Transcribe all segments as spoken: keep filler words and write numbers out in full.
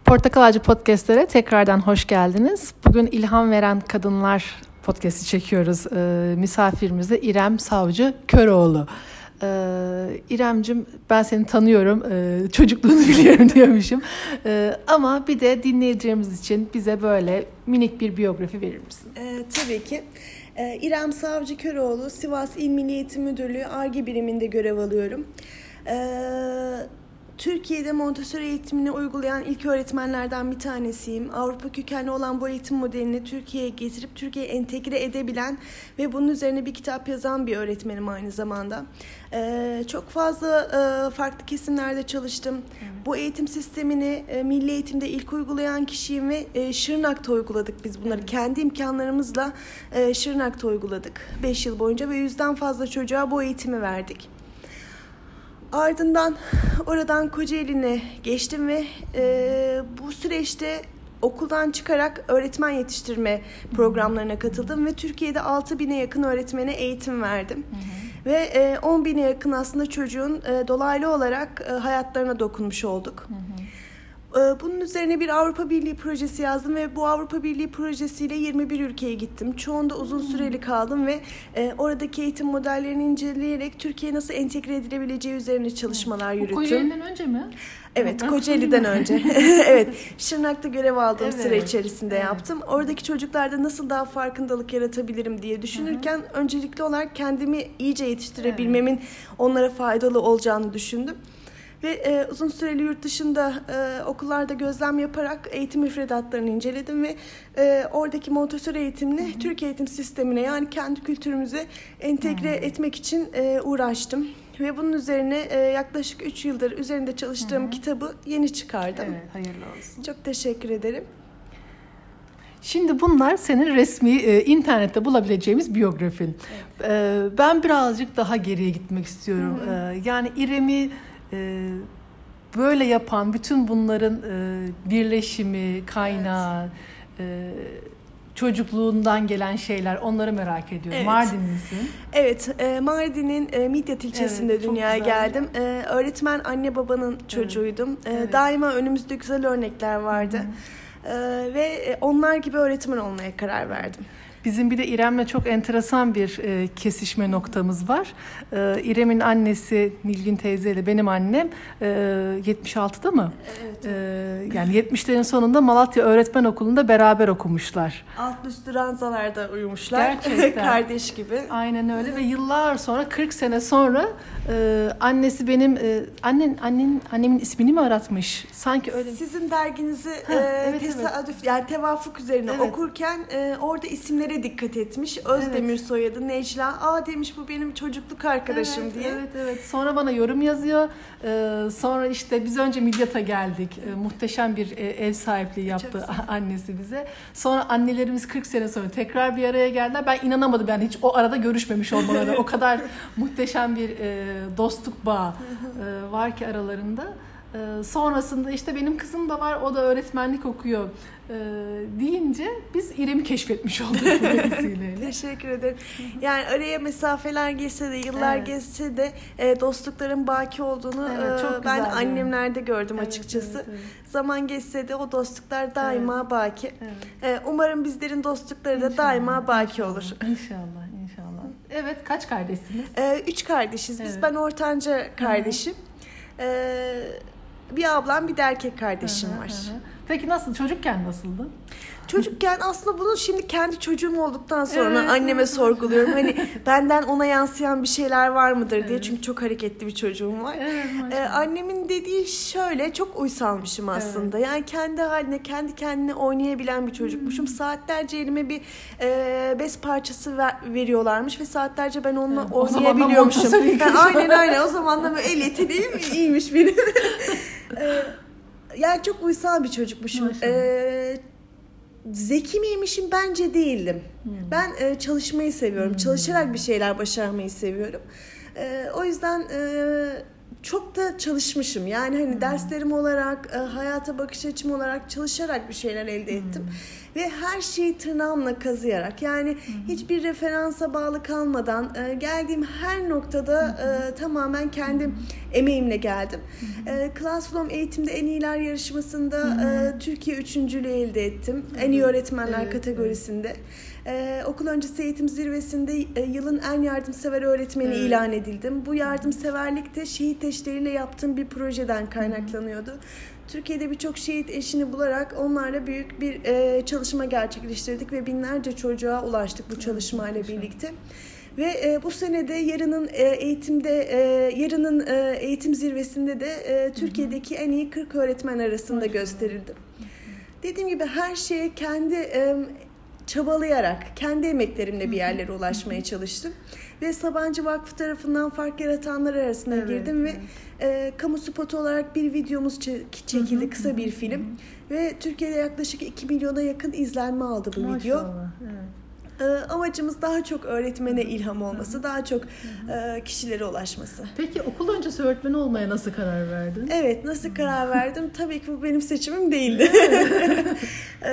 Portakal Ağacı Podcast'lere tekrardan hoş geldiniz. Bugün İlham Veren Kadınlar podcast'i çekiyoruz. Ee, misafirimiz de İrem Savcı Köroğlu. Ee, İremcim, ben seni tanıyorum, ee, çocukluğunu biliyorum diyormuşum. Ee, ama bir de dinleyicilerimiz için bize böyle minik bir biyografi verir misin? Ee, tabii ki. Ee, İrem Savcı Köroğlu, Sivas İl Milli Eğitim Müdürlüğü Ar-Ge biriminde görev alıyorum. Ee, Türkiye'de Montessori eğitimini uygulayan ilk öğretmenlerden bir tanesiyim. Avrupa kökenli olan bu eğitim modelini Türkiye'ye getirip Türkiye'ye entegre edebilen ve bunun üzerine bir kitap yazan bir öğretmenim aynı zamanda. Ee, çok fazla e, farklı kesimlerde çalıştım. Evet. Bu eğitim sistemini e, milli eğitimde ilk uygulayan kişiyim ve e, Şırnak'ta uyguladık biz bunları. Evet. Kendi imkanlarımızla e, Şırnak'ta uyguladık beş yıl boyunca ve yüzden fazla çocuğa bu eğitimi verdik. Ardından oradan Kocaeli'ne geçtim ve e, bu süreçte okuldan çıkarak öğretmen yetiştirme programlarına katıldım ve Türkiye'de altı bine yakın öğretmene eğitim verdim. Hı hı. Ve e, on bine yakın aslında çocuğun e, dolaylı olarak e, hayatlarına dokunmuş olduk. Hı hı. Bunun üzerine bir Avrupa Birliği projesi yazdım ve bu Avrupa Birliği projesiyle yirmi bir ülkeye gittim. Çoğunda uzun süreli kaldım ve e, oradaki eğitim modellerini inceleyerek Türkiye'ye nasıl entegre edilebileceği üzerine çalışmalar yürüttüm. Kocaeli'den önce mi? Evet, Kocaeli'den önce. Evet, Şırnak'ta görev aldığım evet. süre içerisinde evet. yaptım. Oradaki çocuklarda nasıl daha farkındalık yaratabilirim diye düşünürken Hı-hı. öncelikli olarak kendimi iyice yetiştirebilmemin evet. onlara faydalı olacağını düşündüm. Ve e, uzun süreli yurt dışında e, okullarda gözlem yaparak eğitim müfredatlarını inceledim ve e, oradaki Montessori eğitimini Hı-hı. Türk eğitim sistemine, yani kendi kültürümüze entegre Hı-hı. etmek için e, uğraştım. Ve bunun üzerine e, yaklaşık üç yıldır üzerinde çalıştığım Hı-hı. kitabı yeni çıkardım. Evet, hayırlı olsun. Çok teşekkür ederim. Şimdi bunlar senin resmi e, internette bulabileceğimiz biyografin. Evet. E, ben birazcık daha geriye gitmek istiyorum. E, yani İrem'i Ee, böyle yapan bütün bunların e, birleşimi, kaynağı, evet. e, çocukluğundan gelen şeyler, onları merak ediyorum. Evet. Mardinlisin. Evet, e, Mardin'in e, Midyat ilçesinde evet, dünyaya geldim. E, öğretmen anne babanın çocuğuydum. Evet. E, evet. Daima önümüzde güzel örnekler vardı. E, ve onlar gibi öğretmen olmaya karar verdim. Bizim bir de İrem'le çok enteresan bir e, kesişme noktamız var. E, İrem'in annesi Nilgün teyzeyle benim annem e, yetmiş altıda mı? Evet. E, yani yetmişlerin sonunda Malatya Öğretmen Okulu'nda beraber okumuşlar. Alt üstü ranzalarda uyumuşlar. Gerçekten. Kardeş gibi. Aynen öyle ve yıllar sonra, kırk sene sonra e, annesi benim e, annen annen annemin ismini mi aratmış? Sanki öyle. Sizin derginizi ha, e, evet, tesadüf evet. yani tevafuk üzerine evet. okurken e, orada isimlere dikkat etmiş. Özdemir evet. soyadı Necla. Aa demiş, bu benim çocukluk arkadaşım evet, diye. Evet evet. Sonra bana yorum yazıyor. Ee, sonra işte biz önce Midyat'a geldik. Ee, muhteşem bir e, ev sahipliği yaptı annesi bize. Sonra annelerimiz kırk sene sonra tekrar bir araya geldiler. Ben inanamadım, yani hiç o arada görüşmemiş olmaları. O kadar muhteşem bir e, dostluk bağı e, var ki aralarında. Ee, sonrasında işte benim kızım da var, o da öğretmenlik okuyor ee, deyince biz İrem'i keşfetmiş olduk bu vesileyle. Teşekkür ederim. Yani araya mesafeler geçse de, yıllar evet. geçse de e, dostlukların baki olduğunu evet, e, ben annemlerde gördüm evet, açıkçası. Evet, evet. Zaman geçse de o dostluklar daima evet. baki. Evet. E, umarım bizlerin dostlukları da inşallah, daima baki inşallah, olur. İnşallah, inşallah. Evet, kaç kardeşsiniz? E, üç kardeşiz biz. Evet. Ben ortanca kardeşim. Evet. E, Bir ablam, bir de erkek kardeşim hı hı, var. Hı. Peki nasıl? Çocukken nasıldın? Çocukken aslında bunu şimdi kendi çocuğum olduktan sonra evet, anneme evet. sorguluyorum. Hani benden ona yansıyan bir şeyler var mıdır evet. diye. Çünkü çok hareketli bir çocuğum var. Evet, ee, annemin dediği şöyle, çok uysalmışım aslında. Evet. Yani kendi haline, kendi kendine oynayabilen bir çocukmuşum. Hmm. Saatlerce elime bir e, bez parçası ver, veriyorlarmış ve saatlerce ben onunla evet. oynayabiliyormuşum. Yani aynen aynen. O zaman da böyle el yeteneğim iyiymiş benim. ee, yani çok uysal bir çocukmuşum. Ee, zeki miymişim? Bence değildim. Hmm. Ben e, çalışmayı seviyorum. Hmm. Çalışarak bir şeyler başarmayı seviyorum. E, o yüzden e, çok da çalışmışım. Yani hani hmm. derslerim olarak, hayata bakış açım olarak çalışarak bir şeyler elde ettim. Hmm. Ve her şeyi tırnağımla kazıyarak, yani hmm. hiçbir referansa bağlı kalmadan geldiğim her noktada hmm. tamamen kendim hmm. emeğimle geldim. Hmm. Classroom eğitimde en iyiler yarışmasında hmm. Türkiye üçüncülüğü elde ettim. Hmm. En iyi öğretmenler evet, kategorisinde. Evet. Ee, okul öncesi eğitim zirvesinde e, yılın en yardımsever öğretmeni evet. ilan edildim. Bu yardımseverlik de şehit eşleriyle yaptığım bir projeden kaynaklanıyordu. Hı. Türkiye'de birçok şehit eşini bularak onlarla büyük bir e, çalışma gerçekleştirdik ve binlerce çocuğa ulaştık bu çalışmayla evet, birlikte. Ve e, bu senede yarının e, eğitimde e, yarının e, eğitim zirvesinde de e, Türkiye'deki en iyi kırk öğretmen arasında gösterildim. Dediğim gibi her şeye kendi e, çabalayarak, kendi emeklerimle bir yerlere ulaşmaya çalıştım. Ve Sabancı Vakfı tarafından fark yaratanlar arasına evet, girdim evet. ve e, kamu spotu olarak bir videomuz çekildi, kısa bir film. Ve Türkiye'de yaklaşık iki milyona yakın izlenme aldı bu Maşallah, video. Evet. E, amacımız daha çok öğretmene ilham olması, daha çok e, kişilere ulaşması. Peki okul öncesi öğretmen olmaya nasıl karar verdin? Evet, nasıl karar verdim? Tabii ki bu benim seçimim değildi. e,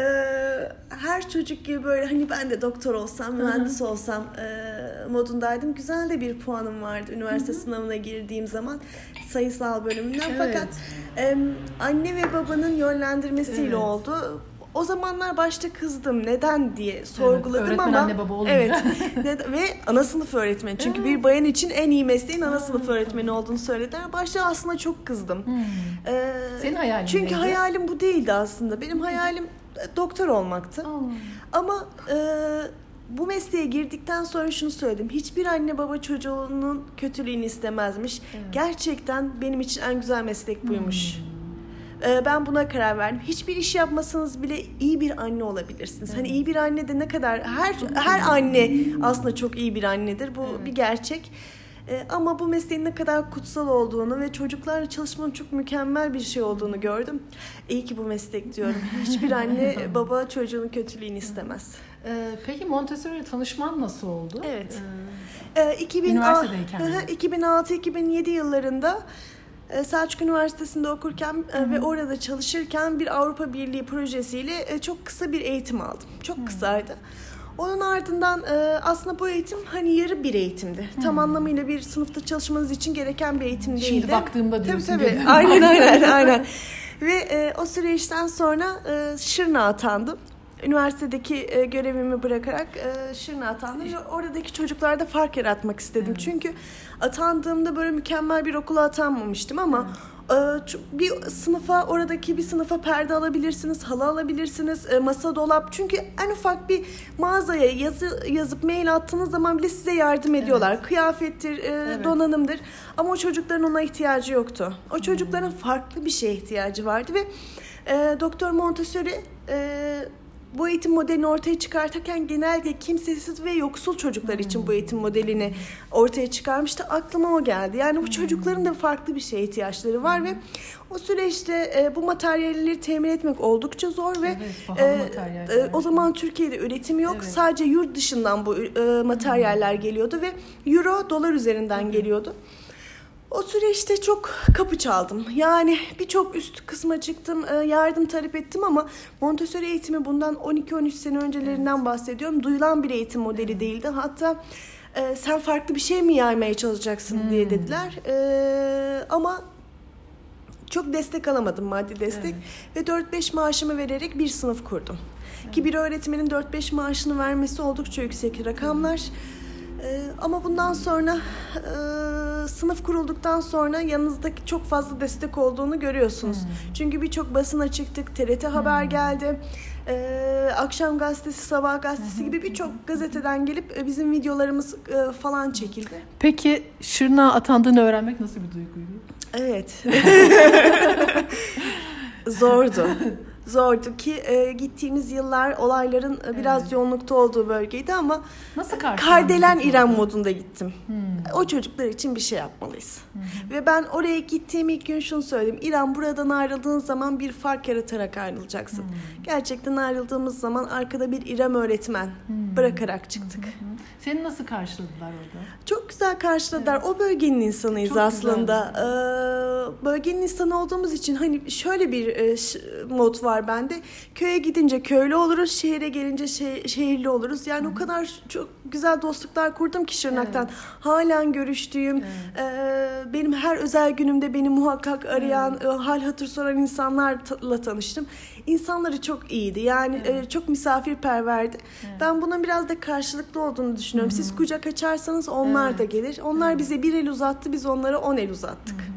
her çocuk gibi böyle hani ben de doktor olsam, mühendis olsam e, modundaydım. Güzel de bir puanım vardı üniversite Hı-hı. sınavına girdiğim zaman sayısal bölümünden. Evet. Fakat e, anne ve babanın yönlendirmesiyle evet. oldu. O zamanlar başta kızdım. Neden diye sorguladım evet, öğretmen, ama anne baba olunca. Evet. Ve ana sınıf öğretmeni. Çünkü evet. bir bayan için en iyi mesleğin ana sınıf öğretmeni olduğunu söylediler. Başta aslında çok kızdım. Hmm. Ee, Senin hayalin Çünkü neydi? hayalim bu değildi aslında. Benim hayalim doktor olmaktı. Hmm. Ama e, bu mesleğe girdikten sonra şunu söyledim. Hiçbir anne baba çocuğunun kötülüğünü istemezmiş. Evet. Gerçekten benim için en güzel meslek buymuş. Hmm. Ben buna karar verdim. Hiçbir iş yapmasanız bile iyi bir anne olabilirsiniz. Evet. Hani iyi bir anne de ne kadar her her anne aslında çok iyi bir annedir. Bu evet. bir gerçek. Ama bu mesleğin ne kadar kutsal olduğunu ve çocuklarla çalışmanın çok mükemmel bir şey olduğunu gördüm. İyi ki bu meslek diyorum. Hiçbir anne baba çocuğunun kötülüğünü istemez. Peki Montessori'yle tanışman nasıl oldu? Evet. Ee, iki bin iki bin altı iki bin yedi yıllarında Selçuk Üniversitesi'nde okurken Hı-hı. ve orada çalışırken bir Avrupa Birliği projesiyle çok kısa bir eğitim aldım. Çok Hı-hı. kısaydı. Onun ardından aslında bu eğitim hani yarı bir eğitimdi. Hı-hı. Tam anlamıyla bir sınıfta çalışmanız için gereken bir eğitim değildi. Şimdi baktığımda diyorsun. Tabii tabii. Aynen aynen aynen. Ve e, o süreçten sonra e, Şırnak'a atandım. Üniversitedeki e, görevimi bırakarak e, Şırnak'a atandım ve oradaki çocuklarda fark yaratmak istedim. Evet. Çünkü atandığımda böyle mükemmel bir okula atanmamıştım ama evet. e, bir sınıfa, oradaki bir sınıfa perde alabilirsiniz, halı alabilirsiniz, e, masa, dolap. Çünkü en ufak bir mağazaya yazı yazıp mail attığınız zaman bile size yardım ediyorlar. Evet. Kıyafettir, e, evet. donanımdır. Ama o çocukların ona ihtiyacı yoktu. O çocukların farklı bir şeye ihtiyacı vardı ve e, Doktor Montessori e, bu eğitim modelini ortaya çıkartırken genelde kimsesiz ve yoksul çocuklar için bu eğitim modelini ortaya çıkarmıştı. Aklıma o geldi. Yani bu çocukların da farklı bir şeye ihtiyaçları var ve o süreçte e, bu materyalleri temin etmek oldukça zor ve evet, e, e, o zaman Türkiye'de üretim yok. Evet. Sadece yurt dışından bu e, materyaller geliyordu ve euro, dolar üzerinden evet. geliyordu. O süreçte çok kapı çaldım. Yani birçok üst kısma çıktım, yardım talep ettim ama Montessori eğitimi bundan on iki on üç sene öncelerinden evet. bahsediyorum. Duyulan bir eğitim modeli değildi. Hatta e, sen farklı bir şey mi yaymaya çalışacaksın hmm. diye dediler. E, ama çok destek alamadım, maddi destek. Evet. Ve dört beş maaşımı vererek bir sınıf kurdum. Evet. Ki bir öğretmenin dört beş maaşını vermesi oldukça yüksek rakamlar. Evet. Ee, ama bundan sonra e, sınıf kurulduktan sonra yanınızdaki çok fazla destek olduğunu görüyorsunuz. Hmm. Çünkü birçok basına çıktık, T R T Haber hmm. geldi, e, Akşam Gazetesi, Sabah Gazetesi hmm. gibi birçok gazeteden gelip e, bizim videolarımız e, falan çekildi. Peki Şırnak'a atandığını öğrenmek nasıl bir duyguydu? Evet. Zordu. zordu ki e, gittiğimiz yıllar olayların e, biraz evet. yoğunlukta olduğu bölgeydi ama nasıl Kardelen İrem modunda gittim. Hmm. O çocuklar için bir şey yapmalıyız. Hmm. Ve ben oraya gittiğim ilk gün şunu söyledim. İrem, buradan ayrıldığın zaman bir fark yaratarak ayrılacaksın. Hmm. Gerçekten ayrıldığımız zaman arkada bir İrem öğretmen hmm. bırakarak çıktık. Hmm. Seni nasıl karşıladılar orada? Çok güzel karşıladılar. Evet. O bölgenin insanıyız çok aslında. Ee, bölgenin insanı olduğumuz için hani şöyle bir e, mod var bende. Köye gidince köylü oluruz, şehire gelince şe- şehirli oluruz. Yani Hı. o kadar çok güzel dostluklar kurdum ki Şırnak'tan. Evet. Halen görüştüğüm, evet. e, benim her özel günümde beni muhakkak arayan, evet. e, hal hatır soran insanlarla tanıştım. İnsanları çok iyiydi. Yani evet. e, çok misafirperverdi. Evet. Ben bunun biraz da karşılıklı olduğunu düşünüyorum. Hı-hı. Siz kucak açarsanız onlar evet. da gelir. Onlar evet. bize bir el uzattı, biz onlara on el uzattık. Hı-hı.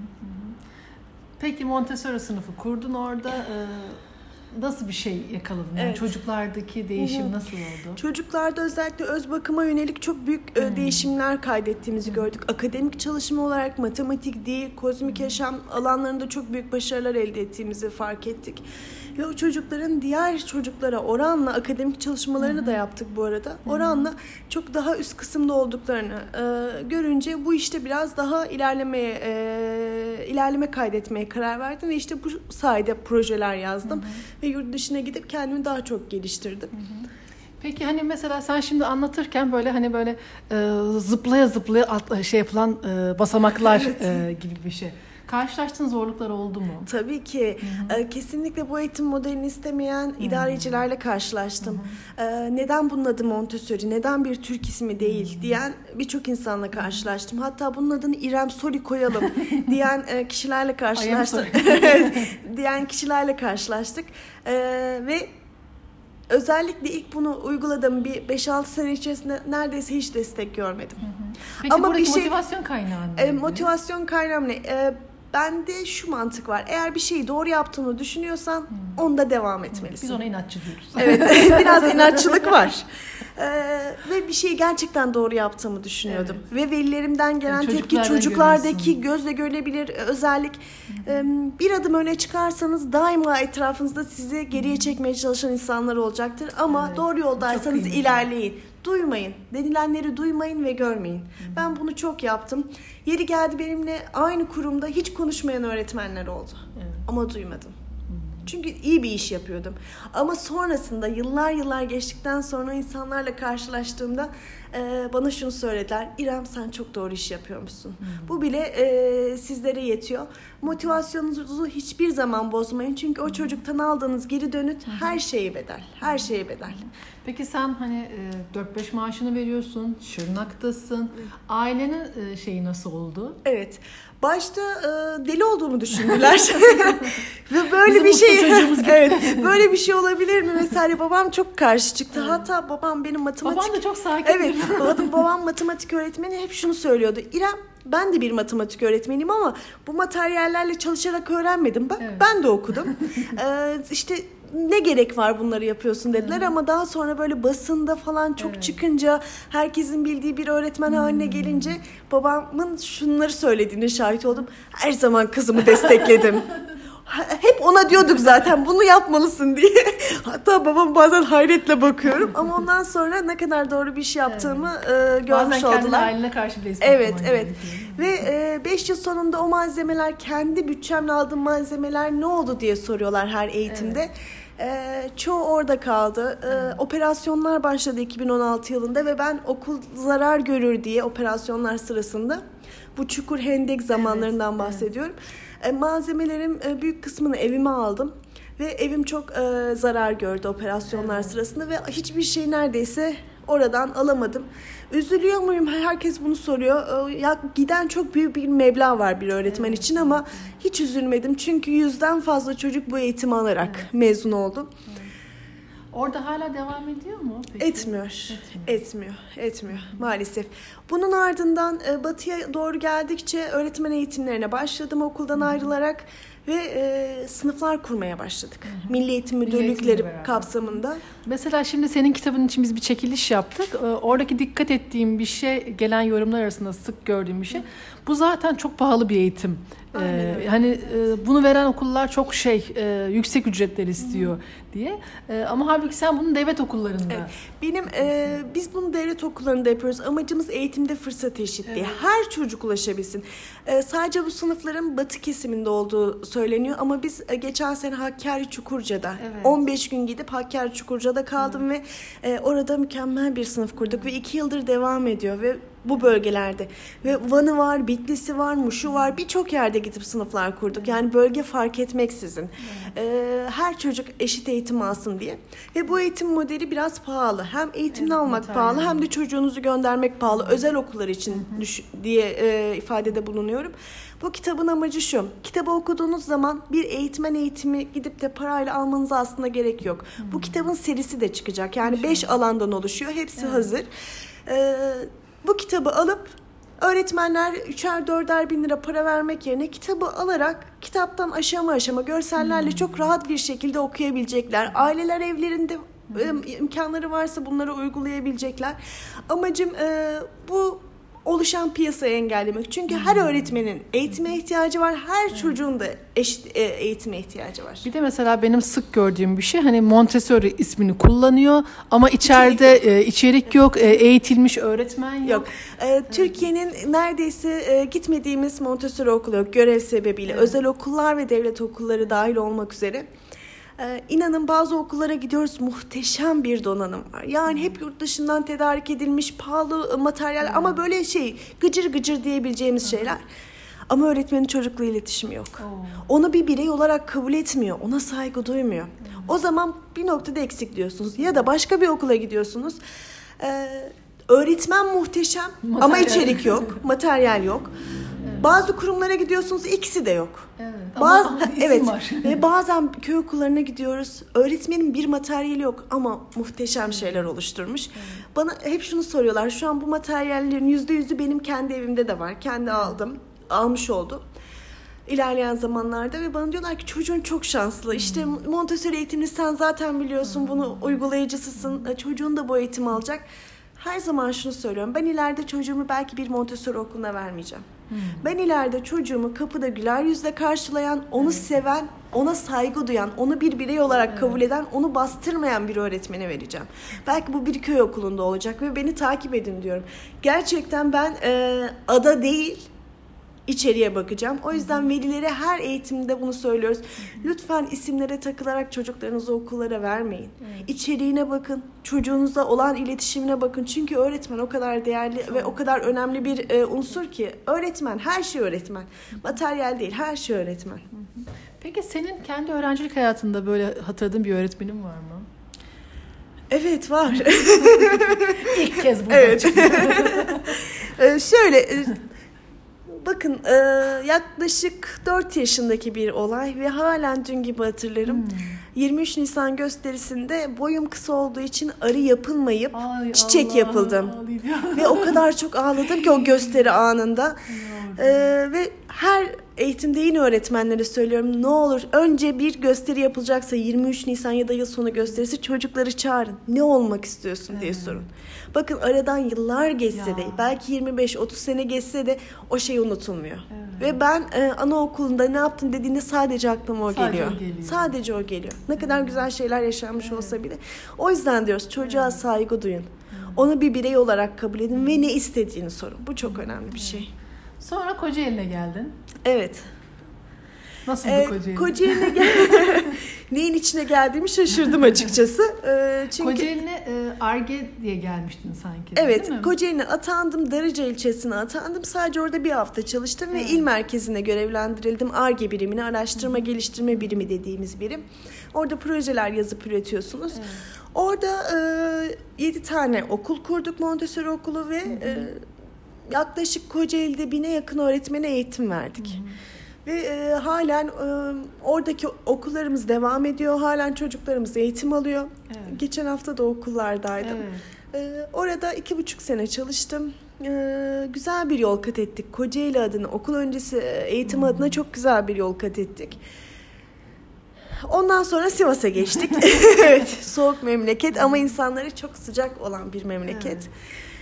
Peki Montessori sınıfı kurdun orada. Ee, nasıl bir şey yakaladın? Yani evet. Çocuklardaki değişim Hı-hı. nasıl oldu? Çocuklarda özellikle öz bakıma yönelik çok büyük Hı-hı. değişimler kaydettiğimizi Hı-hı. gördük. Akademik çalışma olarak matematik, dil, kozmik Hı-hı. yaşam alanlarında çok büyük başarılar elde ettiğimizi fark ettik. Ve o çocukların diğer çocuklara oranla akademik çalışmalarını Hı-hı. da yaptık bu arada. Hı-hı. Oranla çok daha üst kısımda olduklarını e, görünce bu işte biraz daha ilerlemeye e, ilerleme kaydetmeye karar verdim ve işte bu sayede projeler yazdım Hı-hı. ve yurt dışına gidip kendimi daha çok geliştirdim. Hı-hı. Peki hani mesela sen şimdi anlatırken böyle hani böyle e, zıplaya zıplaya at, şey yapılan e, basamaklar evet. e, gibi bir şey. Karşılaştığın zorluklar oldu mu? Tabii ki. Hı-hı. Kesinlikle bu eğitim modelini istemeyen Hı-hı. idarecilerle karşılaştım. Hı-hı. Neden bunun adı Montessori, neden bir Türk ismi değil Hı-hı. diyen birçok insanla karşılaştım. Hatta bunun adını İrem Soli koyalım diyen kişilerle karşılaştık. diyen kişilerle karşılaştık. Ve özellikle ilk bunu uyguladığım bir beş altı sene içerisinde neredeyse hiç destek görmedim. Hı hı. Peki ama buradaki bir şey, motivasyon kaynağı ne? E, motivasyon kaynağı ne? E, bende şu mantık var. Eğer bir şeyi doğru yaptığını düşünüyorsan hmm. onda devam etmelisin. Biz ona inatçı diyoruz. Evet, biraz inatçılık var. Ee, ve bir şeyi gerçekten doğru yaptığımı düşünüyordum. Evet. Ve velilerimden gelen yani tepki çocuklardaki gözle görülebilir özellik. Ee, bir adım öne çıkarsanız daima etrafınızda sizi geriye çekmeye çalışan insanlar olacaktır. Ama evet. doğru yoldaysanız ilerleyin. Duymayın. Denilenleri duymayın ve görmeyin. Hı-hı. Ben bunu çok yaptım. Yeri geldi benimle aynı kurumda hiç konuşmayan öğretmenler oldu. Evet. Ama duymadım. Hı-hı. Çünkü iyi bir iş yapıyordum. Ama sonrasında yıllar yıllar geçtikten sonra insanlarla karşılaştığımda e, bana şunu söylediler. İrem, sen çok doğru iş yapıyormuşsun. Hı-hı. Bu bile e, sizlere yetiyor. Motivasyonunuzu hiçbir zaman bozmayın. Çünkü o çocuktan aldığınız geri dönüt Hı-hı. her şeye bedel. Her şeye bedel. Hı-hı. Peki sen hani dört beş maaşını veriyorsun, Şırnak'tasın. Ailenin şeyi nasıl oldu? Evet. Başta e, deli olduğumu düşündüler. Ve böyle Bizim bir şey evet, böyle bir şey olabilir mi vesaire. Babam çok karşı çıktı. Evet. Hatta babam benim matematik Babam da çok sakin. Evet. babam matematik öğretmeni hep şunu söylüyordu. İrem, ben de bir matematik öğretmeniyim ama bu materyallerle çalışarak öğrenmedim. Bak evet. ben de okudum. ee, işte ne gerek var bunları yapıyorsun dediler hmm. ama daha sonra böyle basında falan çok evet. çıkınca, herkesin bildiği bir öğretmen hmm. haline gelince babamın şunları söylediğine şahit oldum. Her zaman kızımı destekledim. Hep ona diyorduk zaten bunu yapmalısın diye. Hatta babam bazen hayretle bakıyorum ama ondan sonra ne kadar doğru bir iş yaptığımı evet. e, görmüş bazen oldular. Bazen kendi haline karşı bile Evet, evet. Ve beş e, yıl sonunda o malzemeler, kendi bütçemle aldığım malzemeler ne oldu diye soruyorlar her eğitimde. Evet. Ee, çoğu orada kaldı. Ee, hmm. Operasyonlar başladı iki bin on altı yılında ve ben okul zarar görür diye operasyonlar sırasında, bu çukur hendek zamanlarından evet. bahsediyorum. Evet. Ee, malzemelerim e, büyük kısmını evime aldım ve evim çok e, zarar gördü operasyonlar evet. sırasında ve hiçbir şey neredeyse oradan alamadım. Üzülüyor muyum? Herkes bunu soruyor. Ya giden çok büyük bir meblağ var bir öğretmen evet. için ama hiç üzülmedim. Çünkü yüzden fazla çocuk bu eğitimi alarak evet. mezun oldu. Evet. Orada hala devam ediyor mu? Peki? Etmiyor. Etmiyor. Etmiyor. Etmiyor. Maalesef. Bunun ardından batıya doğru geldikçe öğretmen eğitimlerine başladım okuldan Hı-hı. ayrılarak. Ve e, sınıflar kurmaya başladık. Hı hı. Milli Eğitim Müdürlükleri kapsamında. Mesela şimdi senin kitabın için biz bir çekiliş yaptık. Ee, oradaki dikkat ettiğim bir şey, gelen yorumlar arasında sık gördüğüm bir şey. Hı. Bu zaten çok pahalı bir eğitim Ee, hani e, bunu veren okullar çok şey e, yüksek ücretler istiyor hmm. diye. E, ama halbuki sen bunu devlet okullarında. Evet. Benim e, biz bunu devlet okullarında yapıyoruz. Amacımız eğitimde fırsat eşitliği. Evet. Her çocuk ulaşabilsin. E, sadece bu sınıfların batı kesiminde olduğu söyleniyor ama biz e, geçen sene Hakkari Çukurca'da evet. on beş gün gidip Hakkari Çukurca'da kaldım evet. ve e, orada mükemmel bir sınıf kurduk evet. ve iki yıldır devam ediyor ve bu bölgelerde ve Van'ı var, Bitlis'i var, Muş'u var, birçok yerde gidip sınıflar kurduk. Yani bölge fark etmeksizin evet. e, her çocuk eşit eğitim alsın diye. Ve bu eğitim modeli biraz pahalı. Hem eğitimini evet, almak pahalı hem de çocuğunuzu göndermek pahalı. Özel okullar için hı hı. Düş, diye e, ifadede bulunuyorum. Bu kitabın amacı şu. Kitabı okuduğunuz zaman bir eğitmen eğitimi gidip de parayla almanıza aslında gerek yok. Hı. Bu kitabın serisi de çıkacak. Yani beş alandan oluşuyor. Hepsi evet. hazır. Evet. Bu kitabı alıp öğretmenler üçer dörder bin lira para vermek yerine kitabı alarak kitaptan aşama aşama görsellerle hmm. çok rahat bir şekilde okuyabilecekler. Aileler evlerinde hmm. imkanları varsa bunları uygulayabilecekler. Amacım e, bu oluşan piyasayı engellemek. Çünkü her öğretmenin eğitime ihtiyacı var. Her çocuğun da eşit eğitime ihtiyacı var. Bir de mesela benim sık gördüğüm bir şey hani Montessori ismini kullanıyor ama içeride içerik yok, e, içerik yok e, eğitilmiş öğretmen yok. yok. E, Türkiye'nin neredeyse e, gitmediğimiz Montessori okulu yok görev sebebiyle. Evet. Özel okullar ve devlet okulları dahil olmak üzere. Ee, inanın bazı okullara gidiyoruz, muhteşem bir donanım var. Yani hep yurt dışından tedarik edilmiş pahalı materyal hmm. ama böyle şey gıcır gıcır diyebileceğimiz hmm. şeyler. Ama öğretmenin çocukla iletişimi yok. Oh. Onu bir birey olarak kabul etmiyor. Ona saygı duymuyor. Hmm. O zaman bir noktada eksik diyorsunuz. Ya da başka bir okula gidiyorsunuz. Ee, öğretmen muhteşem materyal. Ama içerik yok. Materyal yok. Evet. Bazı kurumlara gidiyorsunuz, ikisi de yok. Evet. Bazı, ama evet var. Ve bazen köy okullarına gidiyoruz. Öğretmenin bir materyali yok ama muhteşem evet. şeyler oluşturmuş. Evet. Bana hep şunu soruyorlar. Şu an bu materyallerin yüzde yüzü benim kendi evimde de var. Kendi evet. aldım. Almış oldum. İlerleyen zamanlarda ve bana diyorlar ki çocuğun çok şanslı. Hmm. İşte Montessori eğitimini sen zaten biliyorsun. Hmm. Bunu uygulayıcısısın. Hmm. Çocuğun da bu eğitimi alacak. Her zaman şunu söylüyorum. Ben ileride çocuğumu belki bir Montessori okuluna vermeyeceğim. Hmm. Ben ileride çocuğumu kapıda güler yüzle karşılayan, onu evet. seven, ona saygı duyan, onu bir birey olarak evet. kabul eden, onu bastırmayan bir öğretmene vereceğim. Belki bu bir köy okulunda olacak ve beni takip edin diyorum. Gerçekten ben e, ada değil, içeriye bakacağım. O yüzden velilere her eğitimde bunu söylüyoruz. Lütfen isimlere takılarak çocuklarınızı okullara vermeyin. Evet. İçeriğine bakın. Çocuğunuzla olan iletişimine bakın. Çünkü öğretmen o kadar değerli evet. ve o kadar önemli bir e, unsur ki. Öğretmen, her şey öğretmen. Materyal değil, her şey öğretmen. Peki senin kendi öğrencilik hayatında böyle hatırladığın bir öğretmenin var mı? Evet, var. İlk kez burada. Evet. Şöyle... Bakın e, yaklaşık dört yaşındaki bir olay ve halen dün gibi hatırlarım. Hmm. yirmi üç Nisan gösterisinde boyum kısa olduğu için arı yapılmayıp ay, çiçek Allah, yapıldım. Allah. Ve o kadar çok ağladım ki o gösteri anında. e, ve her eğitimde yine öğretmenlere söylüyorum. Ne olur önce bir gösteri yapılacaksa yirmi üç Nisan ya da yıl sonu gösterisi çocukları çağırın. Ne olmak istiyorsun diye sorun. Bakın aradan yıllar geçse ya. de belki yirmi beş otuz sene geçse de o şey unutulmuyor. Evet. Ve ben e, anaokulunda ne yaptın dediğinde sadece aklıma o sadece geliyor. O geliyor. Sadece o geliyor. Ne kadar evet. güzel şeyler yaşanmış evet. olsa bile. O yüzden diyoruz çocuğa evet. saygı duyun. Evet. Onu bir birey olarak kabul edin evet. ve ne istediğini sorun. Bu çok önemli bir şey. Sonra Kocaeli'ne geldin. Evet. Nasıldı ee, Kocaeli? Kocaeli'ne gel. Neyin içine geldiğimi şaşırdım açıkçası. Ee, çünkü Kocaeli'ne Ar-Ge diye gelmiştin sanki. Evet, Kocaeli'ne atandım. Darıca ilçesine atandım. Sadece orada bir hafta çalıştım evet. ve il merkezine görevlendirildim. Ar-Ge birimini, araştırma Hı. geliştirme birimi dediğimiz birim. Orada projeler yazıp üretiyorsunuz. Evet. Orada e, yedi tane okul kurduk, Montessori okulu ve e, yaklaşık Kocaeli'de bine yakın öğretmene eğitim verdik. Hı. Ve e, halen e, oradaki okullarımız devam ediyor. Halen çocuklarımız eğitim alıyor. Evet. Geçen hafta da okullardaydım. Evet. E, orada iki buçuk sene çalıştım. E, güzel bir yol kat ettik. Kocaeli adına, okul öncesi eğitim hmm. adına çok güzel bir yol kat ettik. Ondan sonra Sivas'a geçtik. Evet, soğuk memleket ama insanları çok sıcak olan bir memleket. Evet.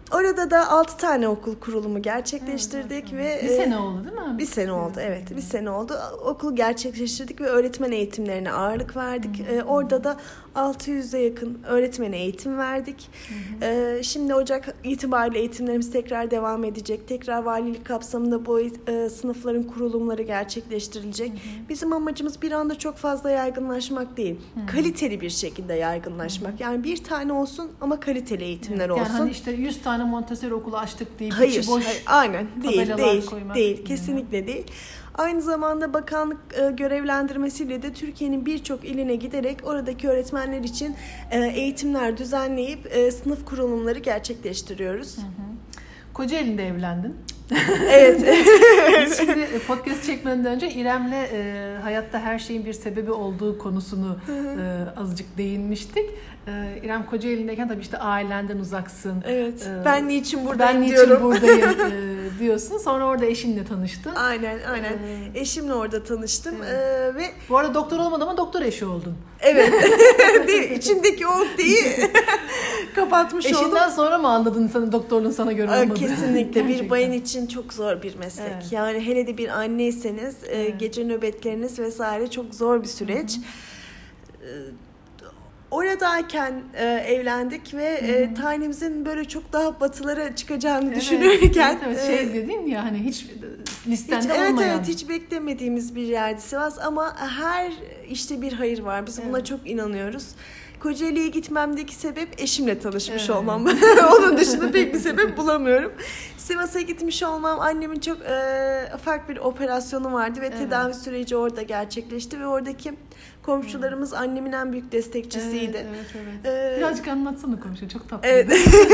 Orada da altı tane okul kurulumu gerçekleştirdik evet, ve evet. bir sene oldu değil mi? Bir sene oldu evet, evet. bir sene oldu. Okulu gerçekleştirdik ve öğretmen eğitimlerine ağırlık verdik. Ee, orada da altı yüze yakın öğretmene eğitim verdik. Ee, şimdi Ocak itibariyle eğitimlerimiz tekrar devam edecek. Tekrar valilik kapsamında bu e, sınıfların kurulumları gerçekleştirilecek. Hı hı. Bizim amacımız bir anda çok fazla yaygınlaşmak değil. Hı hı. Kaliteli bir şekilde yaygınlaşmak. Hı hı. Yani bir tane olsun ama kaliteli eğitimler evet, olsun. Yani hani işte yüz tane Montessori okulu açtık deyip hayır, içi boş hayır, aynen değil, değil, koymak. değil, kesinlikle değil. Aynı zamanda bakanlık e, görevlendirmesiyle de Türkiye'nin birçok iline giderek oradaki öğretmenler için e, eğitimler düzenleyip e, sınıf kurulumları gerçekleştiriyoruz. Hı hı. Kocaeli'nde evlendin. Evet. Biz şimdi podcast çekmeden önce İrem'le e, hayatta her şeyin bir sebebi olduğu konusunu e, azıcık değinmiştik. E, İrem Kocaeli'ndeyken tabii işte ailenden uzaksın. Evet. E, ben niçin buradayım ben niçin diyorum. buradayım e, diyorsun. Sonra orada eşinle tanıştın. Aynen, aynen. Ee, Eşimle orada tanıştım evet. ee, ve bu arada doktor olmadın ama doktor eşi oldun. Evet. bir içindeki o değil. Kapatmış Eşinden oldum. Eşinden sonra mı anladın sana doktorluğun sana göre olmadığını? Kesinlikle. Bir bayan için çok zor bir meslek. Evet. Yani hele de bir anneyseniz evet. gece nöbetleriniz vesaire çok zor bir süreç. Hı-hı. Oradayken e, evlendik ve hmm. e, tanemizin böyle çok daha batılara çıkacağını evet, düşünürken evet, evet. şey dedin ya hani hiç listende hiç, olmayan. Evet evet hiç beklemediğimiz bir yerdi Sivas ama her işte bir hayır var. Biz evet. buna çok inanıyoruz. Kocaeli'ye gitmemdeki sebep eşimle tanışmış evet. olmam. Onun dışında pek bir sebep bulamıyorum. Sivas'a gitmiş olmam, annemin çok e, ufak bir operasyonu vardı ve evet. tedavi süreci orada gerçekleşti ve oradaki komşularımız evet. annemin en büyük destekçisiydi. Evet, evet, evet. Ee, Birazcık anlatsana komşu, çok tatlı. Evet.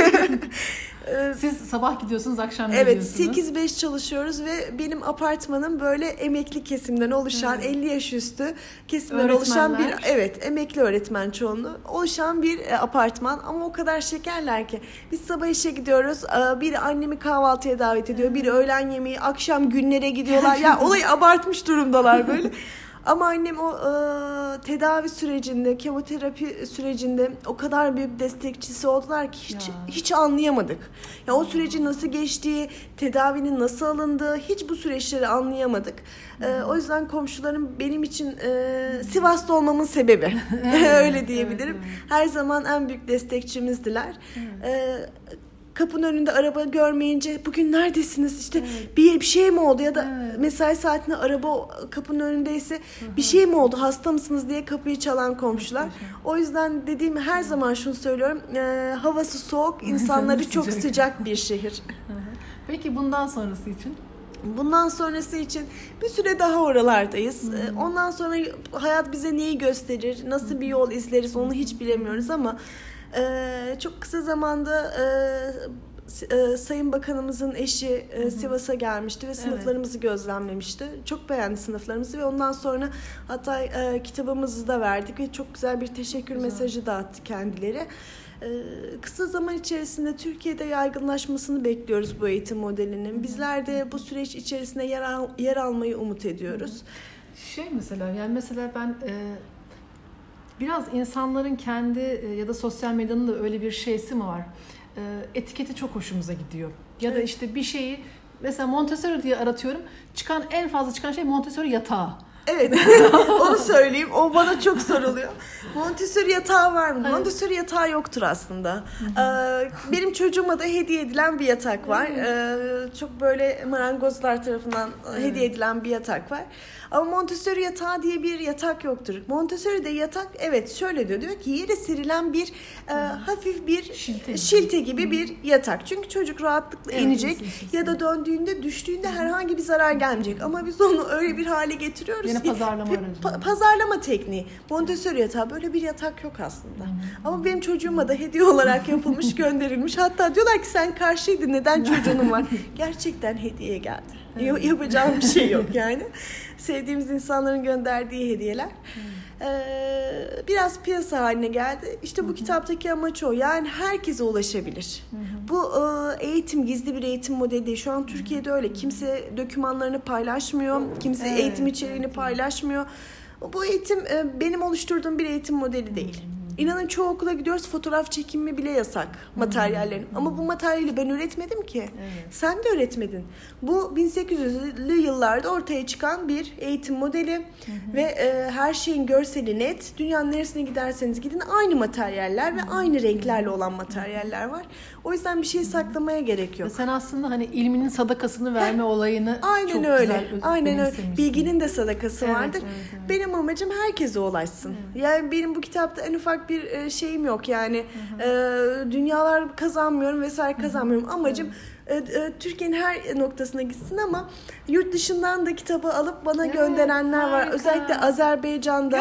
Siz sabah gidiyorsunuz, akşam evet, geliyorsunuz. Evet, sekiz beş çalışıyoruz ve benim apartmanım böyle emekli kesimden oluşan, evet. elli yaş üstü kesimden oluşan bir, evet, emekli öğretmen çoğunluğu oluşan bir apartman ama o kadar şekerler ki. Biz sabah işe gidiyoruz, biri annemi kahvaltıya davet ediyor, biri öğlen yemeği, akşam günlere gidiyorlar. Ya olayı abartmış durumdalar böyle. Ama annem o e, tedavi sürecinde, kemoterapi sürecinde o kadar büyük destekçisi oldular ki hiç ya. hiç anlayamadık. Ya o sürecin nasıl geçtiği, tedavinin nasıl alındığı, hiç bu süreçleri anlayamadık. E, o yüzden komşularım benim için e, Sivas'ta olmamın sebebi. Öyle diyebilirim. Evet, evet. Her zaman en büyük destekçimizdiler. E, Kapının önünde araba görmeyince bugün neredesiniz işte evet. bir, bir şey mi oldu ya da evet. mesai saatinde araba kapının önündeyse Hı-hı. bir şey mi oldu, hasta mısınız diye kapıyı çalan komşular. Hı-hı. O yüzden dediğim her zaman şunu söylüyorum, e, havası soğuk, insanları çok sıcak. sıcak bir şehir. Hı-hı. Peki bundan sonrası için? Bundan sonrası için bir süre daha oralardayız. Hmm. Ondan sonra hayat bize neyi gösterir, nasıl bir yol izleriz onu hiç bilemiyoruz ama Ee, çok kısa zamanda e, e, Sayın Bakanımızın eşi e, Sivas'a gelmişti ve sınıflarımızı evet. gözlemlemişti. Çok beğendi sınıflarımızı ve ondan sonra hatta e, kitabımızı da verdik ve çok güzel bir teşekkür güzel. mesajı dağıttı kendileri. E, kısa zaman içerisinde Türkiye'de yaygınlaşmasını bekliyoruz bu eğitim modelinin. Bizler de bu süreç içerisinde yer, al, yer almayı umut ediyoruz. Şey mesela yani mesela ben e... biraz insanların kendi ya da sosyal medyanın da öyle bir şeysi mi var? Etiketi çok hoşumuza gidiyor. Ya da işte bir şeyi mesela Montessori diye aratıyorum. Çıkan en fazla çıkan şey Montessori yatağı. Evet. Onu söyleyeyim. O bana çok soruluyor. Montessori yatağı var mı? Evet. Montessori yatağı yoktur aslında. Ee, benim çocuğuma da hediye edilen bir yatak var. Ee, çok böyle marangozlar tarafından evet. hediye edilen bir yatak var. Ama Montessori yatağı diye bir yatak yoktur. Montessori'de yatak evet şöyle diyor. Diyor ki yere serilen bir e, hafif bir şilte, şilte gibi Hı. bir yatak. Çünkü çocuk rahatlıkla evet, inecek kesinlikle. Ya da döndüğünde düştüğünde herhangi bir zarar gelmeyecek. Ama biz onu öyle bir hale getiriyoruz Yine ki. Pazarlama aracı. Pa- pazarlama tekniği. Montessori yatağı böyle bir yatak yok aslında. Hı. Ama benim çocuğuma da hediye olarak yapılmış gönderilmiş. Hatta diyorlar ki sen karşıydın neden çocuğun var? Gerçekten hediye geldi. Evet. Yapacağım bir şey yok yani. Sevdiğimiz insanların gönderdiği hediyeler. Hmm. Ee, biraz piyasa haline geldi. İşte bu hmm. kitaptaki amaç o. Yani herkese ulaşabilir. Hmm. Bu e, eğitim gizli bir eğitim modeli değil. Şu an Türkiye'de öyle. Kimse dokümanlarını paylaşmıyor. Kimse evet, eğitim içeriğini evet, paylaşmıyor. Bu eğitim e, benim oluşturduğum bir eğitim modeli değil. İnanın çoğu okula gidiyoruz, fotoğraf çekimi bile yasak materyallerin. Hı-hı. Ama bu materyali ben üretmedim ki. Evet. Sen de üretmedin. Bu bin sekiz yüzlü yıllarda ortaya çıkan bir eğitim modeli. Hı-hı. Ve e, her şeyin görseli net. Dünyanın neresine giderseniz gidin aynı materyaller Hı-hı. ve aynı renklerle olan materyaller var. O yüzden bir şey saklamaya gerek yok. Ve sen aslında hani ilminin sadakasını verme Heh. olayını Aynen çok öyle. güzel Aynen öyle. Bilginin de sadakası evet, vardır. Evet, evet. Benim amacım herkese ulaşsın. Evet. Yani benim bu kitapta en ufak bir şeyim yok. Yani e, dünyalar kazanmıyorum vesaire kazanmıyorum. Amacım evet. e, e, Türkiye'nin her noktasına gitsin ama yurt dışından da kitabı alıp bana evet, gönderenler harika. var. Özellikle Azerbaycan'da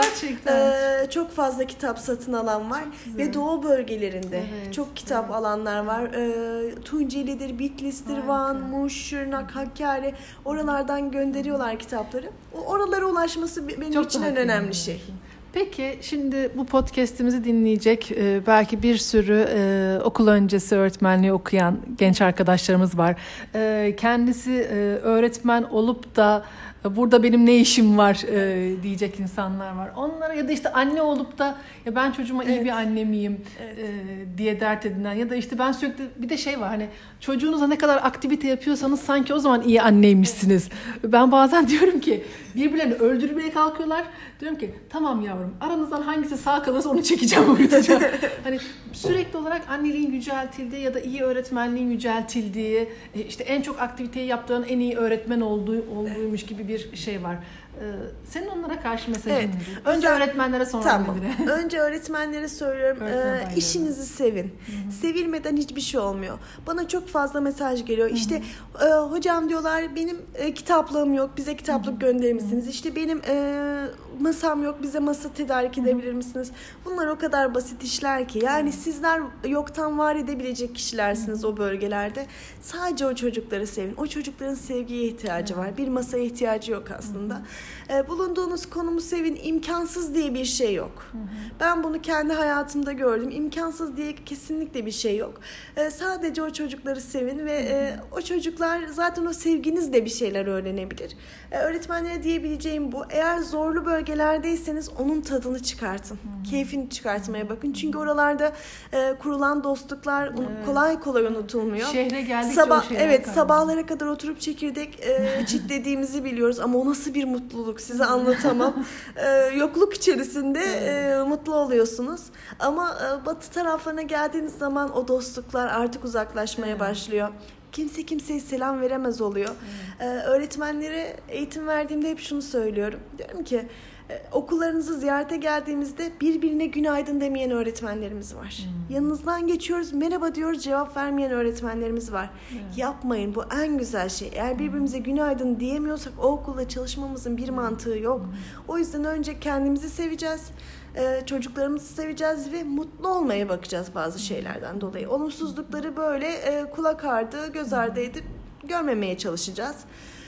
e, çok fazla kitap satın alan var. Ve Doğu bölgelerinde evet, çok kitap evet. alanlar var. E, Tunceli'dir, Bitlis'tir, harika. Van, Muş, Şırnak, Hakkari oralardan gönderiyorlar kitapları. Oralara ulaşması benim çok için en önemli şey. Peki şimdi bu podcast'imizi dinleyecek e, belki bir sürü e, okul öncesi öğretmenliği okuyan genç arkadaşlarımız var. E, kendisi e, öğretmen olup da burada benim ne işim var e, diyecek insanlar var. Onlara ya da işte anne olup da ya ben çocuğuma evet. iyi bir anne miyim evet. e, diye dert edinen ya da işte ben sürekli bir de şey var hani çocuğunuza ne kadar aktivite yapıyorsanız sanki o zaman iyi anneymişsiniz. Evet. Ben bazen diyorum ki birbirlerini öldürmeye kalkıyorlar. Diyorum ki tamam yavrum aranızdan hangisi sağ kalırsa onu çekeceğim uyutacağım. Hani sürekli olarak anneliğin yüceltildiği ya da iyi öğretmenliğin yüceltildiği işte en çok aktiviteyi yaptığın en iyi öğretmen olduğu olduğuymuş gibi bir bir şey var. Ee, senin onlara karşı mesajın evet. nedir? Önce Sen, öğretmenlere sonra tamam. annelere. Önce öğretmenlere söylüyorum. Ee, işinizi sevin. Hı-hı. Sevilmeden hiçbir şey olmuyor. Bana çok fazla mesaj geliyor. Hı-hı. İşte e, hocam diyorlar benim e, kitaplığım yok. Bize kitaplık Hı-hı. gönderir misiniz? Hı-hı. İşte benim e, masam yok. Bize masa tedarik Hı-hı. edebilir misiniz? Bunlar o kadar basit işler ki. Yani Hı-hı. sizler yoktan var edebilecek kişilersiniz Hı-hı. o bölgelerde. Sadece o çocukları sevin. O çocukların sevgiye ihtiyacı Hı-hı. var. Bir masaya ihtiyacı yok aslında. Hı-hı. E, bulunduğunuz konumu sevin. İmkansız diye bir şey yok. Hı hı. Ben bunu kendi hayatımda gördüm. İmkansız diye kesinlikle bir şey yok. E, sadece o çocukları sevin ve e, o çocuklar zaten o sevginizle bir şeyler öğrenebilir. E, öğretmenlere diyebileceğim bu. Eğer zorlu bölgelerdeyseniz onun tadını çıkartın. Hı hı. Keyfini çıkartmaya bakın. Çünkü oralarda e, kurulan dostluklar evet. kolay kolay unutulmuyor. Şehre geldikçe Sabah, o şeyler Evet kalıyor. Sabahlara kadar oturup çekirdek e, çitlediğimizi biliyoruz ama o nasıl bir mutluluk size anlatamam. ee, yokluk içerisinde e, mutlu oluyorsunuz. Ama e, batı taraflarına geldiğiniz zaman o dostluklar artık uzaklaşmaya evet. başlıyor. Kimse kimseye selam veremez oluyor. Evet. Ee, öğretmenlere eğitim verdiğimde hep şunu söylüyorum. Diyorum ki e, okullarınızı ziyarete geldiğimizde birbirine günaydın demeyen öğretmenlerimiz var. Hmm. Yanınızdan geçiyoruz, merhaba diyoruz, cevap vermeyen öğretmenlerimiz var. Hmm. Yapmayın, bu en güzel şey. Eğer birbirimize günaydın diyemiyorsak o okulda çalışmamızın bir mantığı yok. Hmm. O yüzden önce kendimizi seveceğiz. Çocuklarımızı seveceğiz ve mutlu olmaya bakacağız bazı şeylerden dolayı. Olumsuzlukları böyle e, kulak ardı, göz ardı edip görmemeye çalışacağız.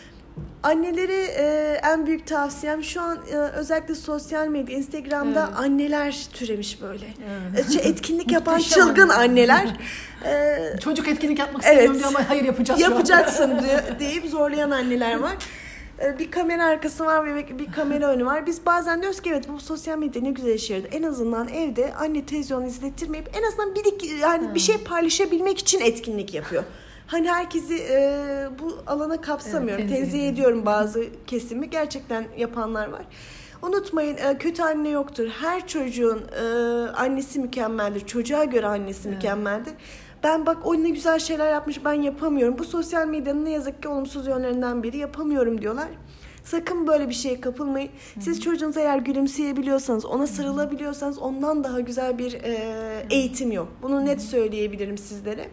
Annelere e, en büyük tavsiyem şu an e, özellikle sosyal medya, Instagram'da evet. anneler türemiş böyle. Evet. E, etkinlik yapan çılgın anneler. E, Çocuk etkinlik yapmak istemiyorum evet. diyor ama hayır yapacağız. Yapacaksın diyor, deyip zorlayan anneler var. Bir kamera arkası var ve bir kamera önü var. Biz bazen diyoruz ki evet bu sosyal medya ne güzel işe yaradı. En azından evde anne televizyon izlettirmeyip en azından bir, yani hmm. bir şey paylaşabilmek için etkinlik yapıyor. Hani herkesi e, bu alana kapsamıyorum. Evet, tenzih ediyorum bazı kesimi. Gerçekten yapanlar var. Unutmayın e, kötü anne yoktur. Her çocuğun e, annesi mükemmeldir. Çocuğa göre annesi evet. mükemmeldir. Ben bak o ne güzel şeyler yapmış ben yapamıyorum. Bu sosyal medyanın ne yazık ki olumsuz yönlerinden biri yapamıyorum diyorlar. Sakın böyle bir şeye kapılmayın. Siz çocuğunuza eğer gülümseyebiliyorsanız, ona sarılabiliyorsanız ondan daha güzel bir e, eğitim yok. Bunu net söyleyebilirim sizlere.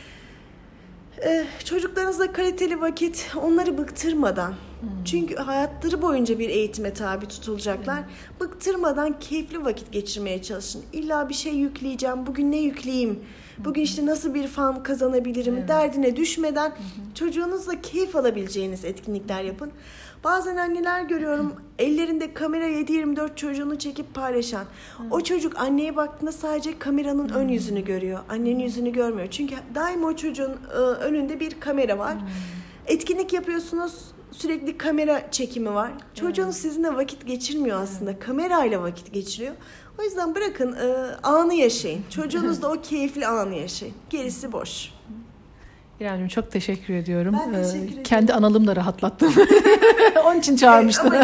E, çocuklarınızla kaliteli vakit, onları bıktırmadan. Hmm. Çünkü hayatları boyunca bir eğitime tabi tutulacaklar. Hmm. Bıktırmadan keyifli vakit geçirmeye çalışın. İlla bir şey yükleyeceğim, bugün ne yükleyeyim? Bugün işte nasıl bir fan kazanabilirim evet. derdine düşmeden hı hı. çocuğunuzla keyif alabileceğiniz etkinlikler yapın. Bazen anneler görüyorum hı. ellerinde kamera yedi yirmi dört çocuğunu çekip paylaşan. Hı. O çocuk anneye baktığında sadece kameranın hı. ön yüzünü görüyor. Annenin yüzünü görmüyor. Çünkü daima o çocuğun önünde bir kamera var. Hı. Etkinlik yapıyorsunuz. sürekli kamera çekimi var. Çocuğunuz sizinle vakit geçirmiyor aslında. Kamerayla vakit geçiriyor. O yüzden bırakın e, anı yaşayın. Çocuğunuz da o keyifli anı yaşayın. Gerisi boş. İremciğim çok teşekkür ediyorum. Ben teşekkür ederim. Ee, kendi analığımı da rahatlattım. Onun için çağırmıştım.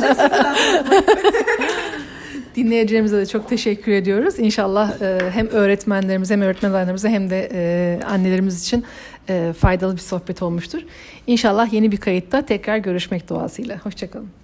Dinleyicilerimize de çok teşekkür ediyoruz. İnşallah e, hem öğretmenlerimize hem öğretmen adaylarımıza hem de e, annelerimiz için e, faydalı bir sohbet olmuştur. İnşallah yeni bir kayıtta tekrar görüşmek duasıyla. Hoşçakalın.